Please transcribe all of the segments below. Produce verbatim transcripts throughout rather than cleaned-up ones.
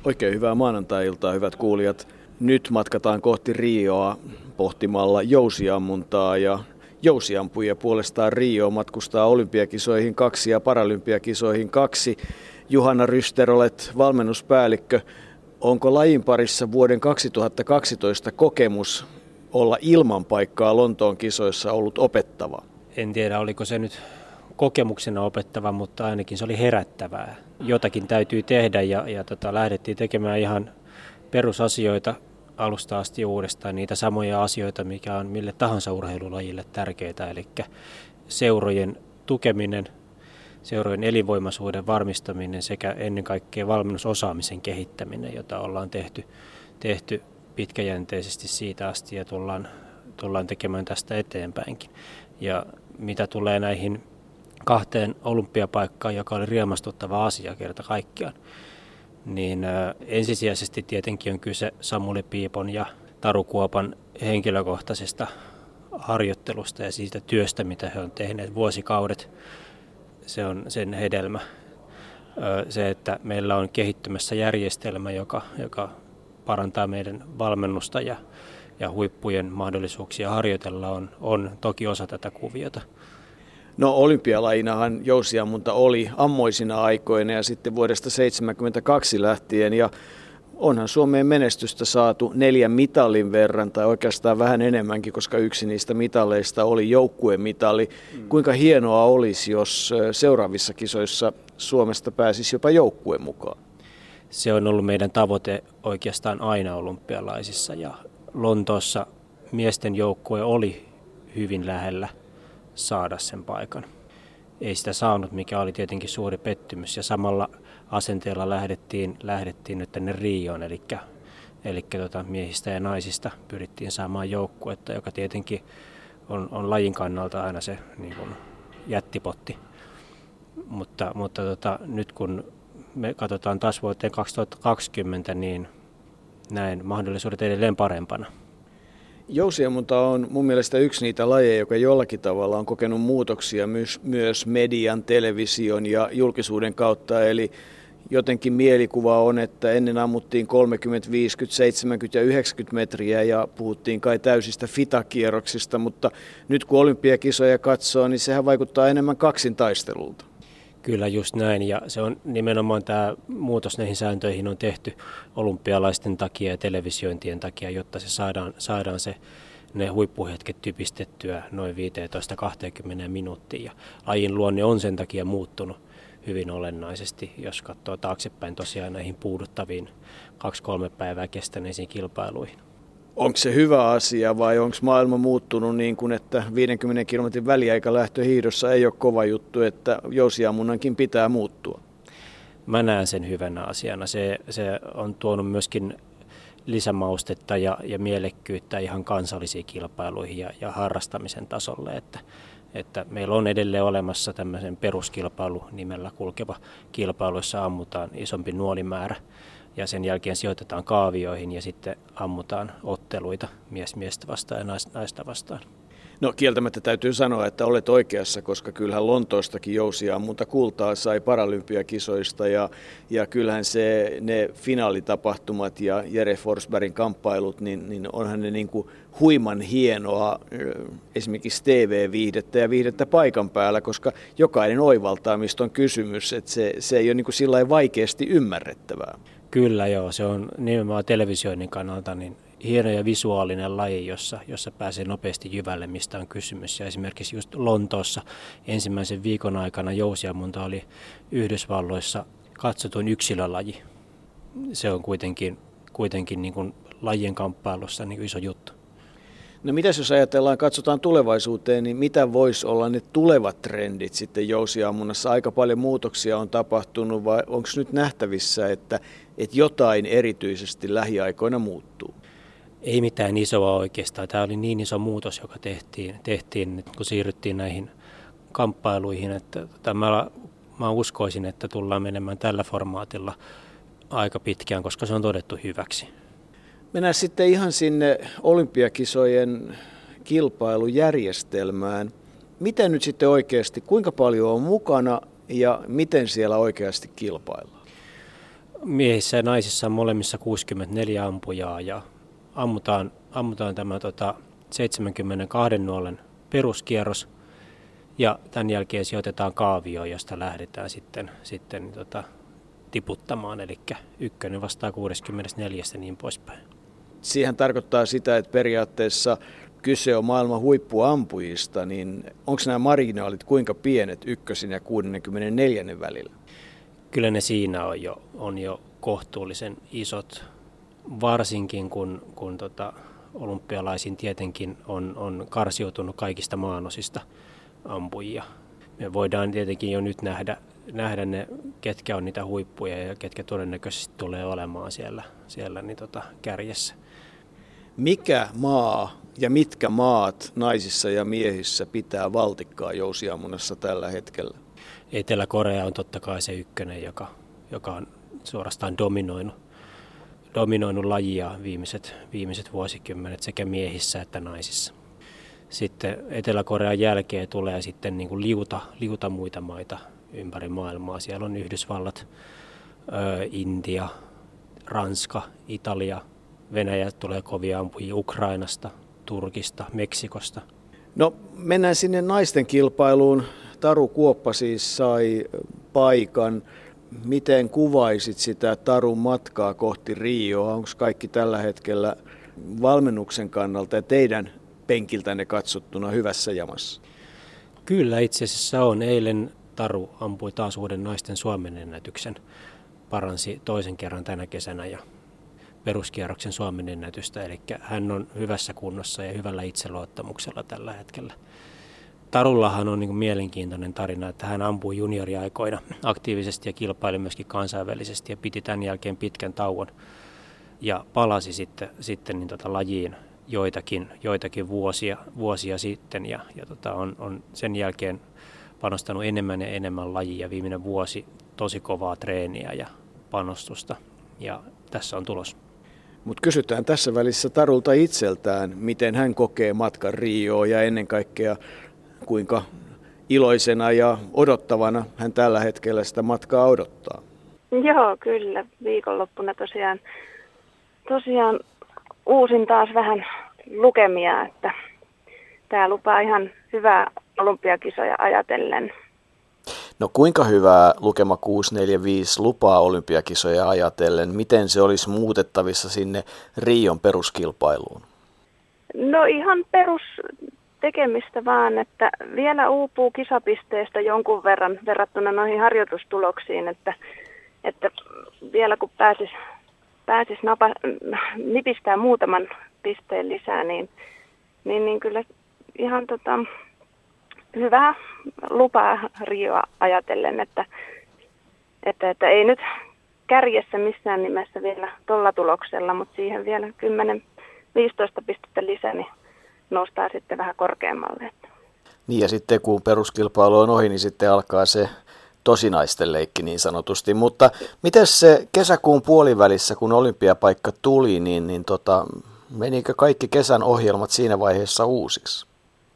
Oikein hyvää maanantai-iltaa, hyvät kuulijat. Nyt matkataan kohti Rioa pohtimalla jousiammuntaa ja jousiampuja puolestaan Rio matkustaa olympiakisoihin kaksi ja paralympiakisoihin kaksi. Juhana Ryster, olet valmennuspäällikkö. Onko lajin parissa vuoden kaksituhattakaksitoista kokemus olla ilman paikkaa Lontoon kisoissa ollut opettava? En tiedä, oliko se nyt kokemuksena opettava, mutta ainakin se oli herättävää. Jotakin täytyy tehdä ja, ja tota, lähdettiin tekemään ihan perusasioita alusta asti uudestaan, niitä samoja asioita, mikä on mille tahansa urheilulajille tärkeää, eli seurojen tukeminen, seurojen elinvoimaisuuden varmistaminen sekä ennen kaikkea valmennusosaamisen kehittäminen, jota ollaan tehty, tehty pitkäjänteisesti siitä asti ja tullaan, tullaan tekemään tästä eteenpäinkin. Ja mitä tulee näihin kahteen olympiapaikkaan, joka oli riemastuttava asia kerta kaikkiaan, niin ensisijaisesti tietenkin on kyse Samuli Piipon ja Taru Kuopan henkilökohtaisesta harjoittelusta ja siitä työstä, mitä he on tehneet vuosikaudet. Se on sen hedelmä. Se, että meillä on kehittymässä järjestelmä, joka, joka parantaa meidän valmennusta ja, ja huippujen mahdollisuuksia harjoitella, on, on toki osa tätä kuviota. No olympialajinahan jousiammunta oli ammoisina aikoina ja sitten vuodesta seitsemänkymmentäkaksi lähtien ja onhan Suomeen menestystä saatu neljän mitalin verran tai oikeastaan vähän enemmänkin, koska yksi niistä mitaleista oli joukkuemitali. Mm. Kuinka hienoa olisi, jos seuraavissa kisoissa Suomesta pääsisi jopa joukkue mukaan? Se on ollut meidän tavoite oikeastaan aina olympialaisissa ja Lontoossa miesten joukkue oli hyvin lähellä saada sen paikan. Ei sitä saanut, mikä oli tietenkin suuri pettymys ja samalla asenteella lähdettiin, lähdettiin nyt tänne Rioon, eli, eli tota, miehistä ja naisista pyrittiin saamaan joukkuetta, joka tietenkin on, on lajin kannalta aina se niin kuin jättipotti. Mutta, mutta tota, nyt kun me katsotaan taas vuoteen kaksituhattakaksikymmentä, niin näen mahdollisuudet edelleen parempana. Jousiammunta on mun mielestä yksi niitä lajeja, joka jollakin tavalla on kokenut muutoksia myös, myös median, television ja julkisuuden kautta. Eli jotenkin mielikuva on, että ennen ammuttiin kolmekymmentä, viisikymmentä, seitsemänkymmentä ja yhdeksänkymmentä metriä ja puhuttiin kai täysistä fitakierroksista, mutta nyt kun olympiakisoja katsoo, niin sehän vaikuttaa enemmän kaksintaistelulta. Kyllä just näin ja se on nimenomaan tämä muutos näihin sääntöihin on tehty olympialaisten takia ja televisiointien takia, jotta se saadaan, saadaan se, ne huippuhetket typistettyä noin viisitoista kaksikymmentä minuuttia. Ja lajin luonne on sen takia muuttunut hyvin olennaisesti, jos katsoo taaksepäin tosiaan näihin puuduttaviin kaksi-kolme päivää kestäneisiin kilpailuihin. Onko se hyvä asia vai onko maailma muuttunut niin kuin, että viidenkymmenen kilometrin väliaikalähtö hiihdossa ei ole kova juttu, että jousiammunnankin pitää muuttua? Mä näen sen hyvänä asiana. Se, se on tuonut myöskin lisämaustetta ja, ja mielekkyyttä ihan kansallisiin kilpailuihin ja, ja harrastamisen tasolle, että, että meillä on edelleen olemassa tämmöisen peruskilpailu nimellä kulkeva kilpailu, jossa ammutaan isompi nuolimäärä. Ja sen jälkeen sijoitetaan kaavioihin ja sitten ammutaan otteluita mies miestä vastaan ja naista vastaan. No kieltämättä täytyy sanoa, että olet oikeassa, koska kyllähän Lontoostakin jousiammunta kultaa sai paralympiakisoista ja, ja kyllähän se, ne finaalitapahtumat ja Jere Forsbergin kamppailut, niin, niin onhan ne niin kuin huiman hienoa esimerkiksi T V-viihdettä ja viihdettä paikan päällä, koska jokainen oivaltaa, mistä on kysymys, että se, se ei ole niin kuin sillä lailla vaikeasti ymmärrettävää. Kyllä joo, se on nimenomaan televisioinnin kannalta niin hieno ja visuaalinen laji, jossa, jossa pääsee nopeasti jyvälle, mistä on kysymys. Ja esimerkiksi just Lontoossa ensimmäisen viikon aikana jousiammunta oli Yhdysvalloissa katsotuin yksilölaji. Se on kuitenkin, kuitenkin niin kuin lajien kamppailussa niin kuin iso juttu. No mitäs jos ajatellaan, katsotaan tulevaisuuteen, niin mitä voisi olla ne tulevat trendit sitten jousiammunnassa? Aika paljon muutoksia on tapahtunut, vai onko nyt nähtävissä, että, että jotain erityisesti lähiaikoina muuttuu? Ei mitään isoa oikeastaan. Tämä oli niin iso muutos, joka tehtiin, tehtiin kun siirryttiin näihin kamppailuihin, että tämä, mä uskoisin, että tullaan menemään tällä formaatilla aika pitkään, koska se on todettu hyväksi. Mennään sitten ihan sinne olympiakisojen kilpailujärjestelmään. Miten nyt sitten oikeasti, kuinka paljon on mukana ja miten siellä oikeasti kilpaillaan? Miehissä ja naisissa on molemmissa kuusikymmentäneljä ampujaa ja ammutaan, ammutaan tämä tota, seitsemänkymmentäkaksi nuolen peruskierros ja tämän jälkeen sijoitetaan kaavio, josta lähdetään sitten, sitten tota, tiputtamaan, eli ykkönen vastaa kuusikymmentäneljä ja niin poispäin. Siihen tarkoittaa sitä, että periaatteessa kyse on maailman huippuampujista, niin onko nämä marginaalit kuinka pienet ykkösen ja kuusikymmentäneljä välillä? Kyllä ne siinä on jo, on jo kohtuullisen isot, varsinkin kun, kun tota, olympialaisiin tietenkin on, on karsiutunut kaikista maanosista ampujia. Me voidaan tietenkin jo nyt nähdä, nähdä ne, ketkä on niitä huippuja ja ketkä todennäköisesti tulee olemaan siellä, siellä niin tota, kärjessä. Mikä maa ja mitkä maat naisissa ja miehissä pitää valtikkaa jousiammunnassa tällä hetkellä? Etelä-Korea on totta kai se ykkönen, joka, joka on suorastaan dominoinut, dominoinut lajia viimeiset, viimeiset vuosikymmenet sekä miehissä että naisissa. Sitten Etelä-Korean jälkeen tulee sitten niin kuin liuta, liuta muita maita ympäri maailmaa. Siellä on Yhdysvallat, ö, Intia, Ranska, Italia, Venäjä tulee kovia ampujia Ukrainasta, Turkista, Meksikosta. No mennään sinne naisten kilpailuun. Taru Kuoppa siis sai paikan. Miten kuvaisit sitä Tarun matkaa kohti Rioa? Onko kaikki tällä hetkellä valmennuksen kannalta ja teidän penkiltänne katsottuna hyvässä jamassa? Kyllä itse asiassa on. Eilen Taru ampui taas uuden naisten Suomen ennätyksen. Paransi toisen kerran tänä kesänä ja peruskierroksen Suomen ennätystä. Eli hän on hyvässä kunnossa ja hyvällä itseluottamuksella tällä hetkellä. Tarullahan on niin kuin mielenkiintoinen tarina, että hän ampui junioriaikoina aktiivisesti ja kilpaili myöskin kansainvälisesti ja piti tämän jälkeen pitkän tauon ja palasi sitten, sitten niin tota lajiin joitakin, joitakin vuosia, vuosia sitten ja, ja tota on, on sen jälkeen panostanut enemmän ja enemmän lajiin ja viimeinen vuosi tosi kovaa treeniä ja panostusta ja tässä on tulos. Mutta kysytään tässä välissä Tarulta itseltään, miten hän kokee matkan Rioon ja ennen kaikkea kuinka iloisena ja odottavana hän tällä hetkellä sitä matkaa odottaa. Joo, kyllä. Viikonloppuna tosiaan, tosiaan uusin taas vähän lukemia, että tämä lupaa ihan hyvää olympiakisoja ajatellen. No kuinka hyvää lukema kuusi neljä viisi lupaa olympiakisoja ajatellen? Miten se olisi muutettavissa sinne Rion peruskilpailuun? No ihan perus tekemistä vaan, että vielä uupuu kisapisteestä jonkun verran verrattuna noihin harjoitustuloksiin, että, että vielä kun pääsis, pääsis napa, nipistää muutaman pisteen lisää, niin, niin, niin kyllä ihan tota, hyvää lupaa Rioa ajatellen, että, että, että ei nyt kärjessä missään nimessä vielä tuolla tuloksella, mutta siihen vielä kymmenen viisitoista pistettä lisää, niin nostaa sitten vähän korkeammalle. Niin ja sitten kun peruskilpailu on ohi, niin sitten alkaa se tosinaisten leikki niin sanotusti. Mutta miten se kesäkuun puolivälissä, kun olympiapaikka tuli, niin, niin tota, menikö kaikki kesän ohjelmat siinä vaiheessa uusiksi?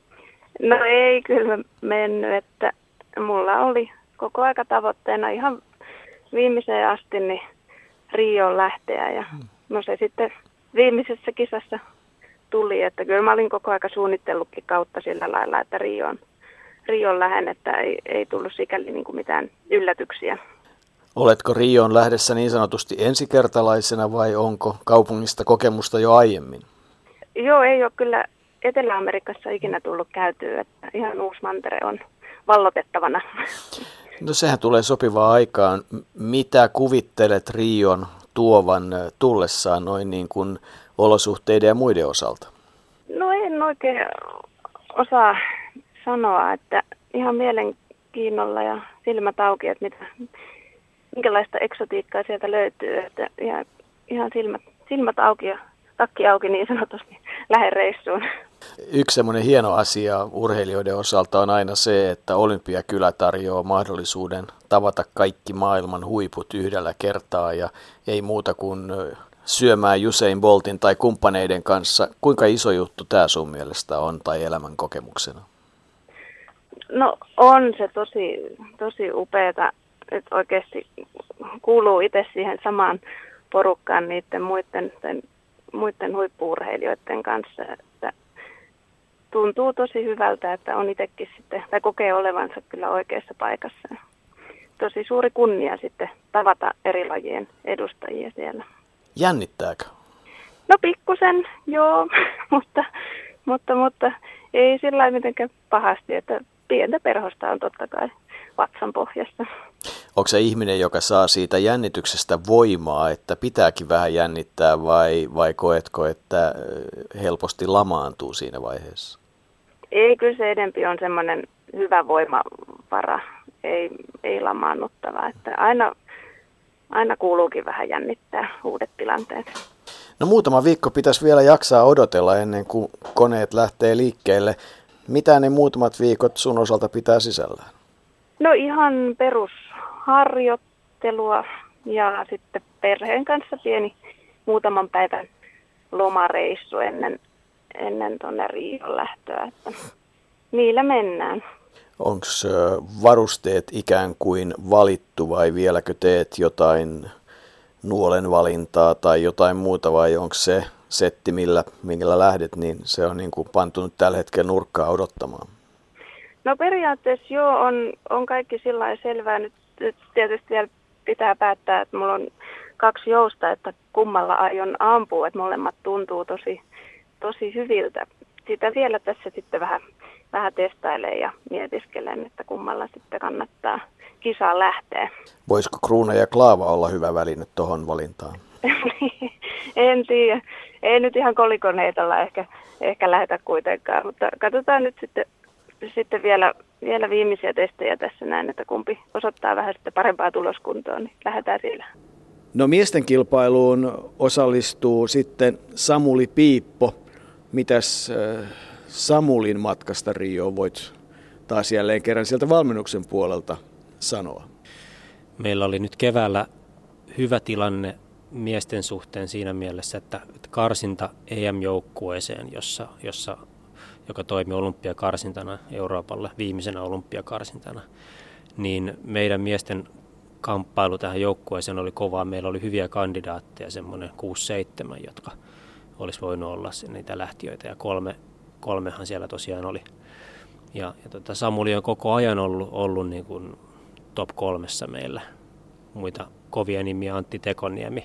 No ei kyllä mennyt, että mulla oli koko aika tavoitteena ihan viimeiseen asti niin Rioon lähteä ja no se sitten viimeisessä kisassa tuli, että kyllä mä olin koko aika suunnitellutkin kautta sillä lailla, että Rioon, Rioon lähden, että ei, ei tullut sikäli niin kuin mitään yllätyksiä. Oletko Rioon lähdössä niin sanotusti ensikertalaisena vai onko kaupungista kokemusta jo aiemmin? Joo, ei ole kyllä Etelä-Amerikassa ikinä tullut käytyä, että ihan uusi mantere on vallotettavana. No sehän tulee sopivaan aikaan. Mitä kuvittelet Rion tuovan tullessaan noin niin kuin olosuhteiden ja muiden osalta? No en oikein osaa sanoa, että ihan mielenkiinnolla ja silmät auki, että mitä, minkälaista eksotiikkaa sieltä löytyy. Että ihan, ihan silmät, silmät auki ja takki auki niin sanotusti lähden reissuun. Yksi semmoinen hieno asia urheilijoiden osalta on aina se, että Olympiakylä tarjoaa mahdollisuuden tavata kaikki maailman huiput yhdellä kertaa ja ei muuta kuin syömään Usain Boltin tai kumppaneiden kanssa. Kuinka iso juttu tämä sun mielestä on tai elämän kokemuksena? No on se tosi, tosi upeata että oikeasti kuuluu itse siihen samaan porukkaan niiden muiden, muiden huippu-urheilijoiden kanssa. Että tuntuu tosi hyvältä, että on itsekin sitten, tai kokee olevansa kyllä oikeassa paikassa. Tosi suuri kunnia sitten tavata eri lajien edustajia siellä. Jännittääkö? No pikkusen, joo, mutta, mutta, mutta ei sillä lailla mitenkään pahasti, että pientä perhosta on totta kai vatsan pohjassa. Onko se ihminen, joka saa siitä jännityksestä voimaa, että pitääkin vähän jännittää vai, vai koetko, että helposti lamaantuu siinä vaiheessa? Ei, kyllä se edempi on semmoinen hyvä voimavara, ei, ei lamaannuttava, että aina, aina kuuluukin vähän jännittää uudet tilanteet. No muutama viikko pitäisi vielä jaksaa odotella ennen kuin koneet lähtee liikkeelle. Mitä ne muutamat viikot sun osalta pitää sisällään? No ihan perusharjoittelua ja sitten perheen kanssa pieni muutaman päivän lomareissu ennen, ennen tuonne Rion lähtöä. Että niillä mennään. Onko varusteet ikään kuin valittu vai vieläkö teet jotain nuolen valintaa tai jotain muuta vai onko se setti, millä, millä lähdet, niin se on niin kuin pantunut tällä hetkellä nurkkaa odottamaan? No periaatteessa joo, on, on kaikki sillä lailla selvää. Nyt, nyt tietysti vielä pitää päättää, että mulla on kaksi jousta, että kummalla aion ampua, että molemmat tuntuu tosi, tosi hyviltä. Sitä vielä tässä sitten vähän, vähän testailen ja mietiskelen, että kummalla sitten kannattaa kisaan lähteä. Voisiko kruuna ja klaava olla hyvä väline tuohon valintaan? En tiedä. Ei nyt ihan kolikoneitolla ehkä, ehkä lähdetä kuitenkaan, mutta katsotaan nyt sitten, sitten vielä, vielä viimeisiä testejä tässä näin, että kumpi osoittaa vähän sitten parempaa tuloskuntoa, niin lähdetään sillä. No miesten kilpailuun osallistuu sitten Samuli Piippo. Mitäs äh, Samulin matkasta Rioon voit taas jälleen kerran sieltä valmennuksen puolelta sanoa? Meillä oli nyt keväällä hyvä tilanne miesten suhteen siinä mielessä, että karsinta E M-joukkueeseen, jossa, jossa, joka toimi olympiakarsintana Euroopalle viimeisenä olympiakarsintana, niin meidän miesten kamppailu tähän joukkueeseen oli kovaa. Meillä oli hyviä kandidaatteja, semmoinen kuusi seitsemän, jotka olisi voinut olla niitä lähtiöitä, ja kolme, kolmehan siellä tosiaan oli. Ja, ja tota, Samuli on koko ajan ollut, ollut niin kuin top kolmessa meillä. Muita kovia nimiä: Antti Tekoniemi,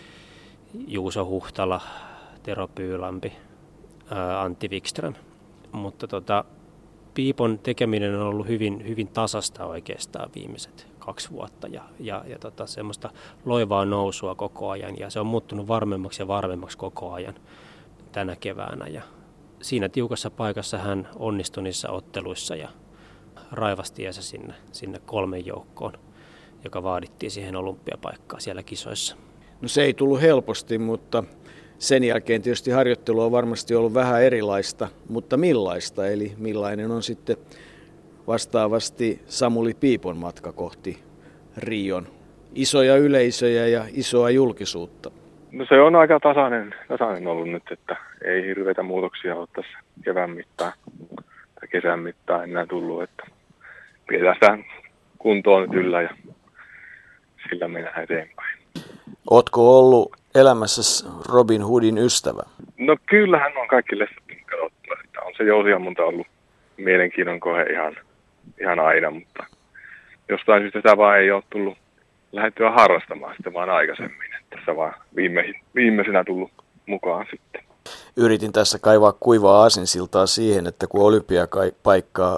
Juuso Huhtala, Tero Pyylampi, ää, Antti Wikström. Mutta tota, Piipon tekeminen on ollut hyvin, hyvin tasasta oikeastaan viimeiset kaksi vuotta ja, ja, ja tota, semmoista loivaa nousua koko ajan, ja se on muuttunut varmemmaksi ja varmemmaksi koko ajan tänä keväänä. Ja siinä tiukassa paikassa hän onnistui niissä otteluissa ja raivasi tiensä sinne, sinne kolmen joukkoon, joka vaadittiin siihen olympiapaikkaan siellä kisoissa. No se ei tullut helposti, mutta sen jälkeen tietysti harjoittelu on varmasti ollut vähän erilaista, mutta millaista? Eli millainen on sitten vastaavasti Samuli Piipon matka kohti Rion? Isoja yleisöjä ja isoa julkisuutta. No se on aika tasainen, tasainen ollut nyt, että ei hirveitä muutoksia ole tässä kevään mittaan tai kesän mittaan enää tullut, että pidetään sitä kuntoon nyt yllä ja sillä mennään eteenpäin. Ootko ollut elämässäsi Robin Hoodin ystävä? No kyllähän on kaikki leffat katsottu, että on se jousiammunta ollut mielenkiinnon kohe ihan, ihan aina, mutta jostain syystä sitä vaan ei ole tullut lähdettyä harrastamaan sitten vaan aikaisemmin. Tässä vaan viime, viimeisenä tullut mukaan sitten. Yritin tässä kaivaa kuivaa aasinsiltaa siihen, että kun olympiapaikka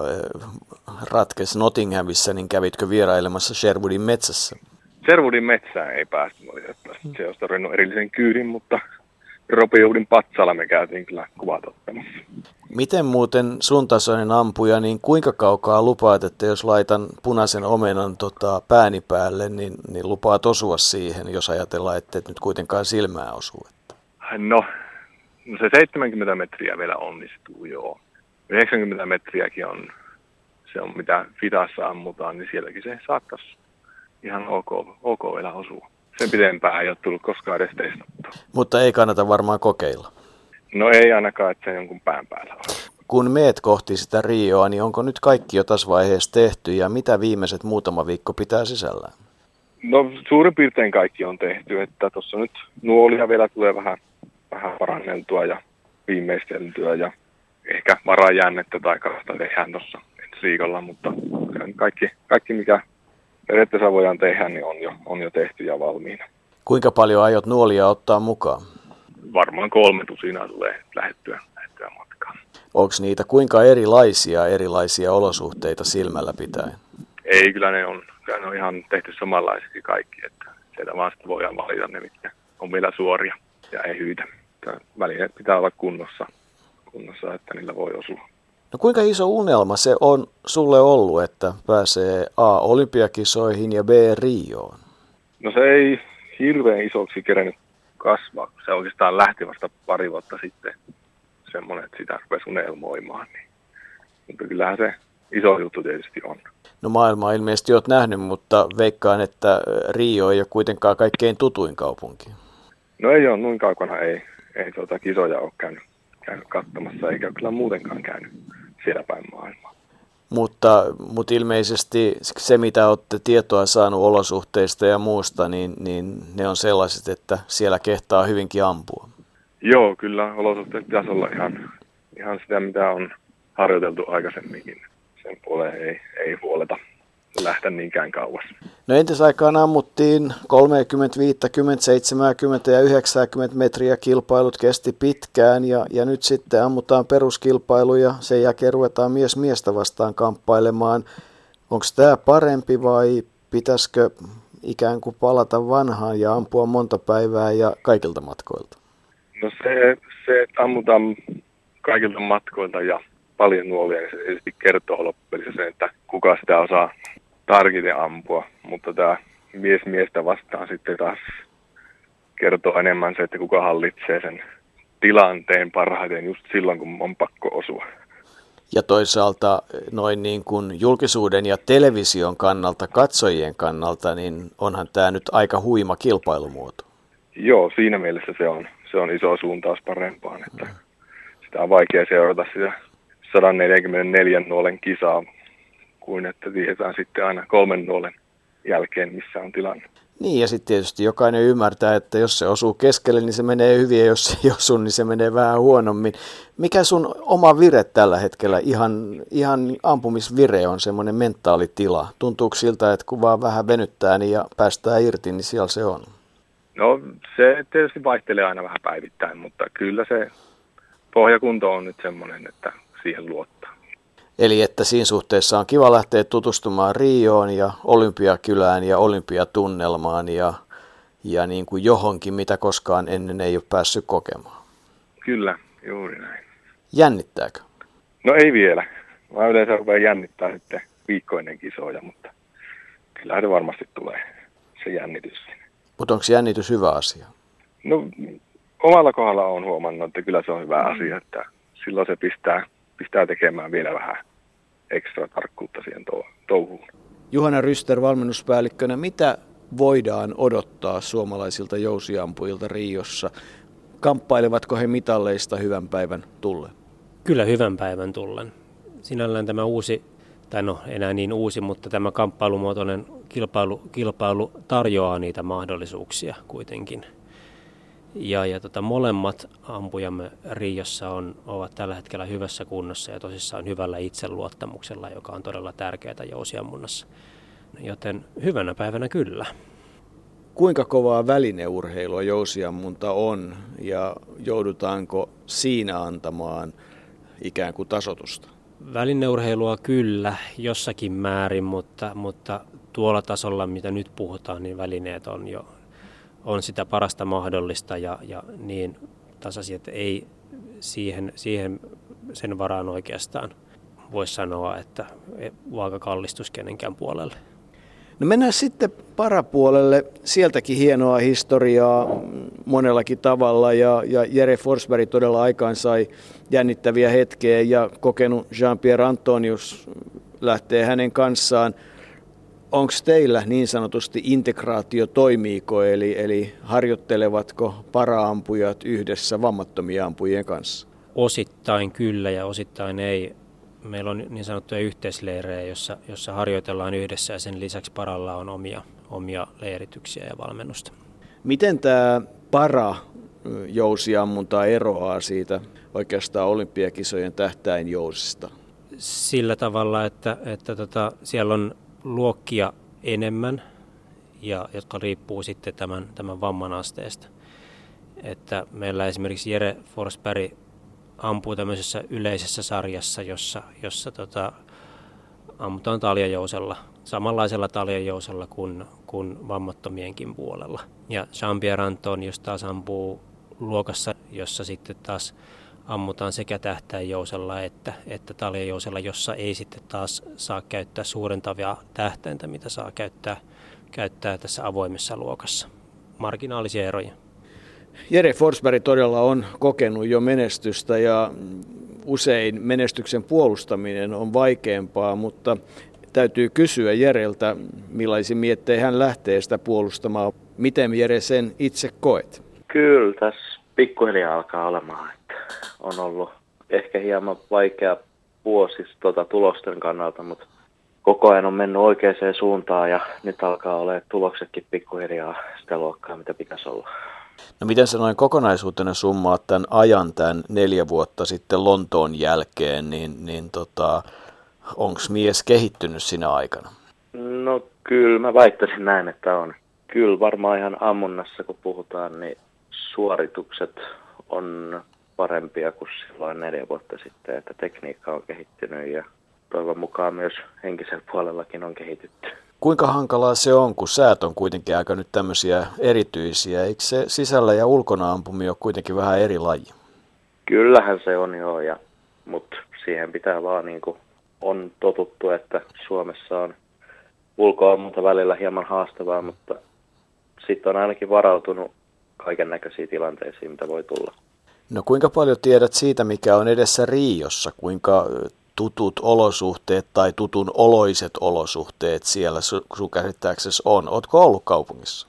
ratkesi Nottinghamissa, niin kävitkö vierailemassa Sherwoodin metsässä? Sherwoodin metsään ei päästy. Se olisi tarvinnut erillisen kyydin, mutta Robin Hoodin patsalla me käytiin kyllä kuvat ottamassa. Miten muuten sun tasoinen ampuja, niin kuinka kaukaa lupaat, että jos laitan punaisen omenan tota, pääni päälle, niin, niin lupaat osua siihen, jos ajatellaan, että et nyt kuitenkaan silmää osuu? No, no se seitsemänkymmentä metriä vielä onnistuu, joo. yhdeksänkymmentä metriäkin on, se on mitä fitassa ammutaan, niin sielläkin se saattaisi ihan ok, ok vielä osua. Sen pidempään ei ole tullut koskaan edes testattua. Mutta ei kannata varmaan kokeilla. No ei ainakaan, että se jonkun pään päällä on. Kun meet kohti sitä Rioa, niin onko nyt kaikki jo tässä vaiheessa tehty ja mitä viimeiset muutama viikko pitää sisällään? No suurin piirtein kaikki on tehty, että tuossa nyt nuolia vielä tulee vähän, vähän paranneltua ja viimeisteltyä ja ehkä varajännettä tai kasta tehdään tuossa ensi viikolla, mutta kaikki, kaikki mikä periaatteessa voidaan tehdä, niin on jo, on jo tehty ja valmiina. Kuinka paljon aiot nuolia ottaa mukaan? Varmaan kolme tusinaa tulee lähettyä, lähettyä matkaan. Onko niitä kuinka erilaisia erilaisia olosuhteita silmällä pitäen? Ei, kyllä ne on, kyllä ne on ihan tehty samanlaisesti kaikki, että sieltä vaan sitten voidaan valita ne, mitkä on vielä suoria ja ehyitä. Välineet pitää olla kunnossa, kunnossa, että niillä voi osua. No kuinka iso unelma se on sulle ollut, että pääsee A. olympiakisoihin ja B. Rioon? No se ei hirveän isoksi kerennyt kasvaa, se oikeastaan lähti vasta pari vuotta sitten semmoinen, että sitä rupesi unelmoimaan. Niin. Mutta kyllähän se iso juttu tietysti on. No maailmaa ilmeisesti olet nähnyt, mutta veikkaan, että Rio ei ole kuitenkaan kaikkein tutuin kaupunki. No ei ole, noin kaukana ei, ei tuota kisoja ole käynyt, käynyt katsomassa, eikä kyllä muutenkaan käynyt siellä päin maailmaa. Mutta, mutta ilmeisesti se, mitä olette tietoa saanut olosuhteista ja muusta, niin, niin ne on sellaiset, että siellä kehtaa hyvinkin ampua. Joo, kyllä olosuhteet pitäisi olla ihan, ihan sitä, mitä on harjoiteltu aikaisemminkin. Sen puoleen ei, ei huoleta lähteä niinkään kauas. No entäs aikaan ammuttiin kolmekymmentä, viisikymmentä, seitsemänkymmentä ja yhdeksänkymmentä metriä, kilpailut kesti pitkään ja, ja nyt sitten ammutaan peruskilpailu ja sen jälkeen ruvetaan mies miestä vastaan kamppailemaan. Onko tämä parempi vai pitäisikö ikään kuin palata vanhaan ja ampua monta päivää ja kaikilta matkoilta? No se, se että ammutaan kaikilta matkoilta ja paljon nuolia, niin se tietysti kertoo loppupeleissä sen, että kuka sitä osaa tarkiten ampua, mutta tämä mies miestä vastaan sitten taas kertoo enemmän se, että kuka hallitsee sen tilanteen parhaiten just silloin, kun on pakko osua. Ja toisaalta noin niin kuin julkisuuden ja television kannalta, katsojien kannalta, niin onhan tämä nyt aika huima kilpailumuoto. Joo, siinä mielessä se on, se on iso suuntaus parempaan, että sitä on vaikea seurata sitä sata neljäkymmentäneljä nuolen kisaa, kuin että tiedetään sitten aina kolmen nuolen jälkeen, missä on tilanne. Niin, ja sitten tietysti jokainen ymmärtää, että jos se osuu keskelle, niin se menee hyvin, ja jos se ei osu, niin se menee vähän huonommin. Mikä sun oma vire tällä hetkellä, ihan, ihan ampumisvire on semmoinen mentaalitila? Tuntuuko siltä, että kun vaan vähän venyttää niin ja päästään irti, niin siellä se on? No se tietysti vaihtelee aina vähän päivittäin, mutta kyllä se pohjakunto on nyt semmoinen, että siihen luottaa. Eli että siinä suhteessa on kiva lähteä tutustumaan Rioon ja Olympiakylään ja olympiatunnelmaan ja, ja niin kuin johonkin, mitä koskaan ennen ei ole päässyt kokemaan. Kyllä, juuri näin. Jännittääkö? No ei vielä. Mä yleensä rupean jännittää sitten viikko ennen kisoja, mutta kyllä se varmasti tulee se jännitys. Mutta onko jännitys hyvä asia? No omalla kohdalla olen huomannut, että kyllä se on hyvä asia, että silloin se pistää, pistää tekemään vielä vähän ekstra tarkkuutta siihen touhuun. Juhana Ryster, valmennuspäällikkönä, mitä voidaan odottaa suomalaisilta jousiampujilta Riossa? Kamppailevatko he mitalleista hyvän päivän tullen? Kyllä hyvän päivän tullen. Sinällään tämä uusi, tai no enää niin uusi, mutta tämä kamppailumuotoinen kilpailu, kilpailu tarjoaa niitä mahdollisuuksia kuitenkin. Ja, ja tota, molemmat ampujamme Riossa on, ovat tällä hetkellä hyvässä kunnossa ja tosissaan hyvällä itseluottamuksella, joka on todella tärkeää jousiammunnassa. Joten hyvänä päivänä kyllä. Kuinka kovaa välineurheilua jousiammunta on ja joudutaanko siinä antamaan ikään kuin tasotusta? Välineurheilua kyllä jossakin määrin, mutta, mutta tuolla tasolla, mitä nyt puhutaan, niin välineet on jo on sitä parasta mahdollista ja, ja niin tasaisia, että ei siihen, siihen sen varaan oikeastaan voi sanoa, että vaaka kallistus kenenkään puolelle. No mennään sitten parapuolelle. Sieltäkin hienoa historiaa monellakin tavalla ja, ja Jere Forsberg todella aikaan sai jännittäviä hetkeä ja kokenut Jean-Pierre Antonius lähtee hänen kanssaan. Onko teillä niin sanotusti integraatio toimiiko, eli, eli harjoittelevatko para-ampujat yhdessä vammattomien ampujien kanssa? osittain kyllä ja osittain ei. Meillä on niin sanottuja yhteisleirejä, jossa, jossa harjoitellaan yhdessä ja sen lisäksi paralla on omia, omia leirityksiä ja valmennusta. Miten tämä para-jousiammunta eroaa siitä oikeastaan olympiakisojen tähtäinjousista? Sillä tavalla, että, että tota, siellä on luokkia enemmän, ja, jotka riippuu sitten tämän, tämän vamman asteesta. Että meillä esimerkiksi Jere Forsberg ampuu tämmöisessä yleisessä sarjassa, jossa, jossa tota, ammutaan taljajousella, samanlaisella taljajousella kuin, kuin vammattomienkin puolella. Ja Jean-Pierre Anton, jos taas ampuu luokassa, jossa sitten taas ammutaan sekä tähtäinjousella että, että taljajousella, jossa ei sitten taas saa käyttää suurentavia tähtäintä, mitä saa käyttää, käyttää tässä avoimessa luokassa. Marginaalisia eroja. Jere Forsberg todella on kokenut jo menestystä ja usein menestyksen puolustaminen on vaikeampaa, mutta täytyy kysyä Jereltä, millaisin miettein hän lähtee sitä puolustamaan. Miten Jere sen itse koet? Kyllä tässä pikkuhiljaa alkaa olemaan, että on ollut ehkä hieman vaikea vuosi tuota tulosten kannalta, mutta koko ajan on mennyt oikeaan suuntaan ja nyt alkaa olla tuloksetkin pikkuhiljaa sitä luokkaa, mitä pitäisi olla. No miten sä noin kokonaisuutena summaat tämän ajan tämän neljä vuotta sitten Lontoon jälkeen, niin, niin tota, onko mies kehittynyt sinä aikana? No kyllä mä väittäisin näin, että on. Kyllä varmaan ihan ammunnassa kun puhutaan, niin suoritukset on parempia kuin silloin neljä vuotta sitten, että tekniikka on kehittynyt ja toivon mukaan myös henkisellä puolellakin on kehitytty. Kuinka hankalaa se on, kun säät on kuitenkin aika nyt tämmöisiä erityisiä? Eikö se sisällä ja ulkona ampuminen ole kuitenkin vähän eri laji? Kyllähän se on joo, ja, mutta siihen pitää vaan niin kuin on totuttu, että Suomessa on ulkoammunta välillä hieman haastavaa, mutta sitten on ainakin varautunut kaiken näköisiä tilanteisiin, mitä voi tulla. No kuinka paljon tiedät siitä, mikä on edessä Riossa? Kuinka tutut olosuhteet tai tutun oloiset olosuhteet siellä sun käsittääksesi on? Ootko ollut kaupungissa?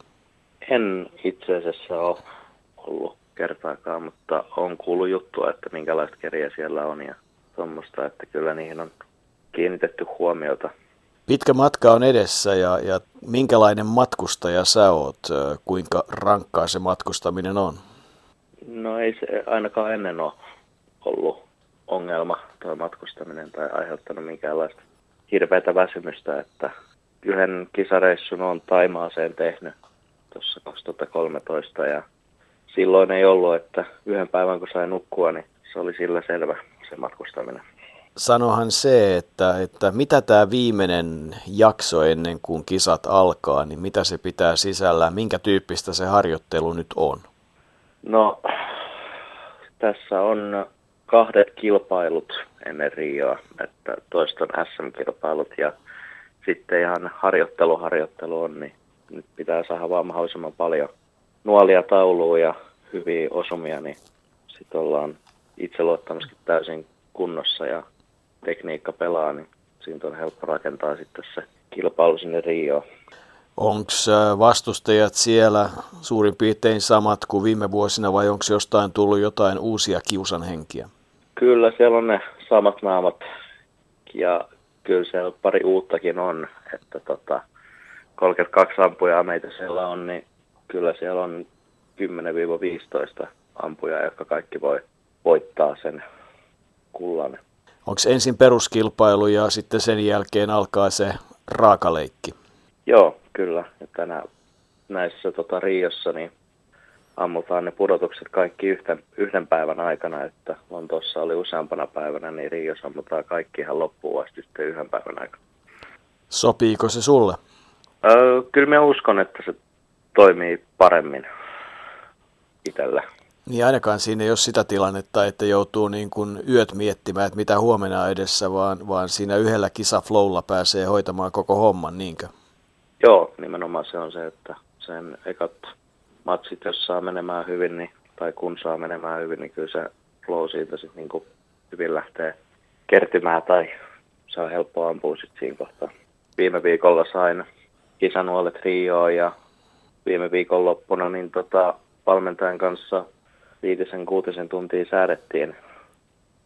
En itse asiassa ole ollut kertaakaan, mutta on kuullut juttua, että minkälaista keriä siellä on ja tuommoista, että kyllä niihin on kiinnitetty huomiota. Pitkä matka on edessä ja, ja minkälainen matkustaja sä oot? Kuinka rankkaa se matkustaminen on? No ei se ainakaan ennen ole ollut ongelma tuo matkustaminen tai aiheuttanut minkäänlaista hirveätä väsymystä, että yhden kisareissun on Taimaaseen tehnyt tuossa kaksituhattakolmetoista ja silloin ei ollut, että yhden päivän kun sai nukkua, niin se oli sillä selvä se matkustaminen. Sanohan se, että, että mitä tämä viimeinen jakso ennen kuin kisat alkaa, niin mitä se pitää sisällään, minkä tyyppistä se harjoittelu nyt on? No, tässä on kahdet kilpailut ennen Rioa, että toista on S M-kilpailut ja sitten ihan harjoitteluharjoittelu on, niin nyt pitää saada vaan mahdollisimman paljon nuolia tauluun ja hyviä osumia, niin sitten ollaan itseluottamuskin täysin kunnossa ja tekniikka pelaa, niin siitä on helppo rakentaa sitten se kilpailu sinne Rioon. Onko vastustajat siellä suurin piirtein samat kuin viime vuosina vai onko jostain tullut jotain uusia kiusanhenkiä? Kyllä siellä on ne samat naamat ja kyllä siellä pari uuttakin on, että tota, kolmekymmentäkaksi ampujaa meitä siellä on, niin kyllä siellä on kymmenen viisitoista ampujaa, jotka kaikki voi voittaa sen kullan. Onko ensin peruskilpailu ja sitten sen jälkeen alkaa se raakaleikki? Joo, kyllä. Tänä, näissä tota, Riossa niin ammutaan ne pudotukset kaikki yhden, yhden päivän aikana, että Lontoossa oli useampana päivänä, niin Riossa ammutaan kaikki ihan loppuun asti sitten yhden päivän aikana. Sopiiko se sulle? Öö, kyllä mä uskon, että se toimii paremmin itsellä. Niin ainakaan siinä ei ole sitä tilannetta, että joutuu niin kuin yöt miettimään, että mitä huomenna on edessä, vaan, vaan siinä yhdellä kisaflowlla pääsee hoitamaan koko homman, niinkö? Joo, nimenomaan se on se, että sen ekat matsit, jos saa menemään hyvin, niin, tai kun saa menemään hyvin, niin kyllä se flow siitä sitten niin kuin hyvin lähtee kertymään, tai se on helppoa ampua sitten siinä kohtaa. Viime viikolla sain kisanuolet Rioon ja viime viikon loppuna niin tota, valmentajan kanssa viitisen kuutisen tuntia säädettiin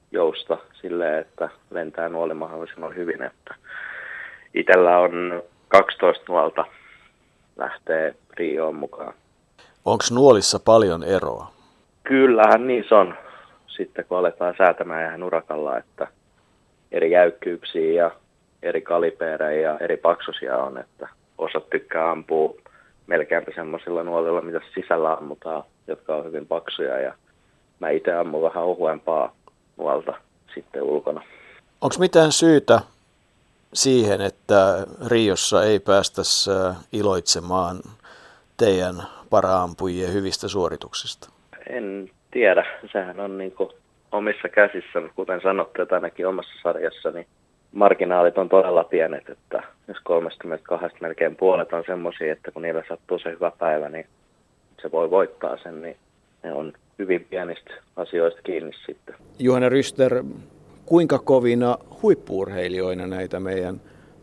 jousta silleen, että lentää nuoli mahdollisimman hyvin. Että itsellä on kaksitoista nuolta lähtee Rioon mukaan. Onko nuolissa paljon eroa? Kyllähän niissä on. Sitten kun aletaan säätämään ihan urakalla, että eri jäykkyyksiä ja eri kalibereja ja eri paksuisia on, että osat tykkää ampua melkeinpä semmoisilla nuolilla, mitä sisällä ammutaan, jotka on hyvin paksuja, ja mä itse ammun vähän ohuempaa nuolta sitten ulkona. Onko mitään syytä siihen, että Riossa ei päästäisi iloitsemaan teidän para-ampujien hyvistä suorituksista? En tiedä. Sehän on niin kuin omissa käsissä, kuten sanottu, että ainakin omassa sarjassa, niin marginaalit on todella pienet, että jos kolmekymmentäkaksi melkein puolet on semmoisia, että kun niillä sattuu se hyvä päivä, niin se voi voittaa sen, niin ne on hyvin pienistä asioista kiinni sitten. Juhana Ryster, kuinka kovina huippu-urheilijoina näitä meidän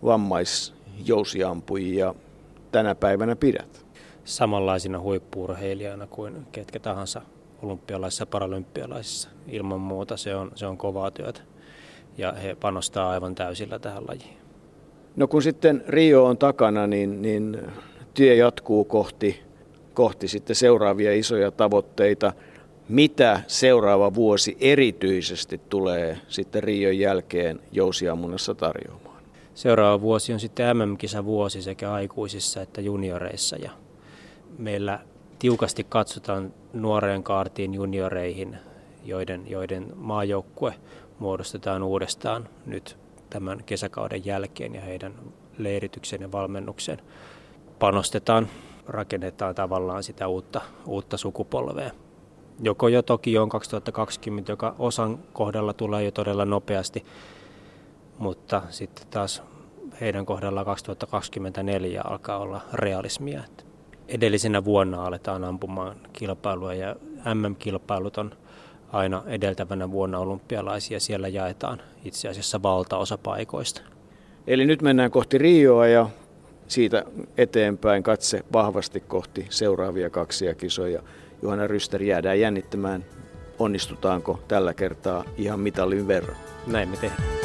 vammaisjousiampujia tänä päivänä pidät? Samanlaisina huippu-urheilijoina kuin ketkä tahansa olympialaisissa ja paralympialaisissa. Ilman muuta se on, se on kovaa työtä ja he panostaa aivan täysillä tähän lajiin. No kun sitten Rio on takana, niin, niin työ jatkuu kohti, kohti sitten seuraavia isoja tavoitteita. Mitä seuraava vuosi erityisesti tulee sitten Rion jälkeen jousiammunnassa tarjoamaan? Seuraava vuosi on sitten M M-kisavuosi sekä aikuisissa että junioreissa. Ja meillä tiukasti katsotaan nuoreen kaartiin junioreihin, joiden, joiden maajoukkue muodostetaan uudestaan nyt tämän kesäkauden jälkeen ja heidän leirityksen ja valmennuksen panostetaan, rakennetaan tavallaan sitä uutta, uutta sukupolvea. Joko jo Tokioon kaksituhattakaksikymmentä, joka osan kohdalla tulee jo todella nopeasti, mutta sitten taas heidän kohdallaan kaksituhattakaksikymmentäneljä alkaa olla realismia. Edellisenä vuonna aletaan ampumaan kilpailua ja M M-kilpailut on aina edeltävänä vuonna olympialaisia. Siellä jaetaan itse asiassa valtaosa paikoista. Eli nyt mennään kohti Rioa ja siitä eteenpäin katse vahvasti kohti seuraavia kaksia kisoja. Juhana Ryster, jäädään jännittämään, onnistutaanko tällä kertaa ihan mitalin verran. Näin me tehdään.